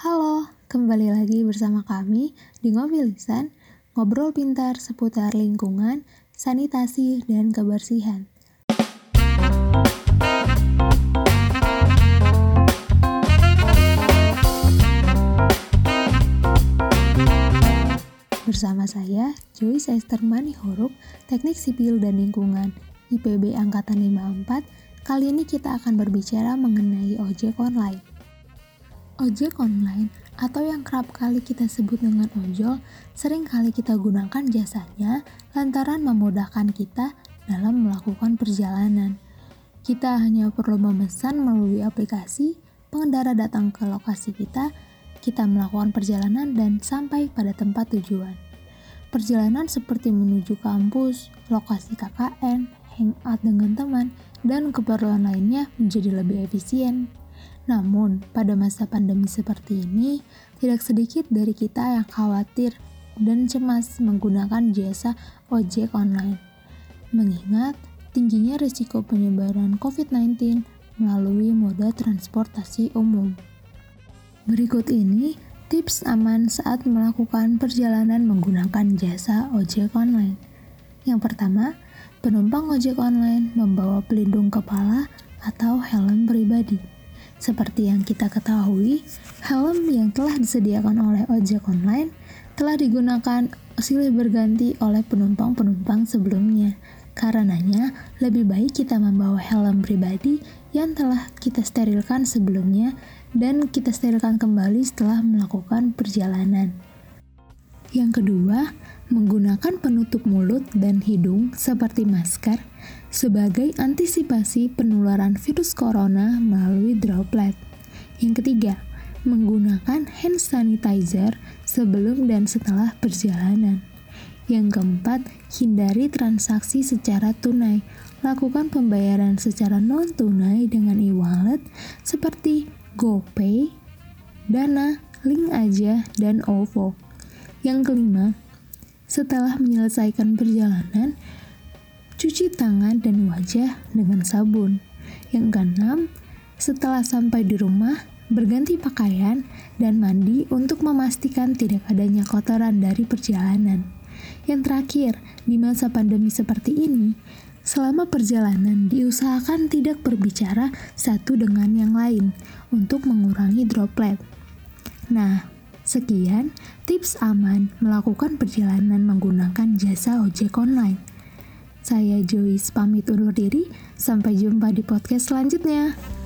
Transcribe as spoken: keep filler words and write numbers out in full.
Halo, kembali lagi bersama kami di Ngopi Lisan, ngobrol pintar seputar lingkungan, sanitasi, dan kebersihan. Bersama saya, Joyce Esther Manihuruk, Teknik Sipil dan Lingkungan, I P B Angkatan lima puluh empat. Kali ini kita akan berbicara mengenai ojek online. Ojek online, atau yang kerap kali kita sebut dengan ojol, sering kali kita gunakan jasanya lantaran memudahkan kita dalam melakukan perjalanan. Kita hanya perlu memesan melalui aplikasi, pengendara datang ke lokasi kita, kita melakukan perjalanan dan sampai pada tempat tujuan. Perjalanan seperti menuju kampus, lokasi K K N, hangout dengan teman, dan keperluan lainnya menjadi lebih efisien. Namun, pada masa pandemi seperti ini, tidak sedikit dari kita yang khawatir dan cemas menggunakan jasa ojek online. Mengingat tingginya risiko penyebaran covid sembilan belas melalui moda transportasi umum. Berikut ini tips aman saat melakukan perjalanan menggunakan jasa ojek online. Yang pertama, penumpang ojek online membawa pelindung kepala atau helm pribadi. Seperti yang kita ketahui, helm yang telah disediakan oleh ojek online telah digunakan silih berganti oleh penumpang-penumpang sebelumnya. Karenanya, lebih baik kita membawa helm pribadi yang telah kita sterilkan sebelumnya dan kita sterilkan kembali setelah melakukan perjalanan. Yang kedua, menggunakan penutup mulut dan hidung seperti masker sebagai antisipasi penularan virus corona melalui droplet. Yang ketiga, menggunakan hand sanitizer sebelum dan setelah perjalanan. Yang keempat, hindari transaksi secara tunai. Lakukan pembayaran secara non-tunai dengan e-wallet seperti GoPay, Dana, Link Aja, dan O V O. Yang kelima, setelah menyelesaikan perjalanan, cuci tangan dan wajah dengan sabun. Yang keenam, setelah sampai di rumah, berganti pakaian dan mandi untuk memastikan tidak adanya kotoran dari perjalanan. Yang terakhir, di masa pandemi seperti ini, selama perjalanan diusahakan tidak berbicara satu dengan yang lain untuk mengurangi droplet. Nah, sekian tips aman melakukan perjalanan menggunakan jasa ojek online. Saya Joyce pamit undur diri, sampai jumpa di podcast selanjutnya.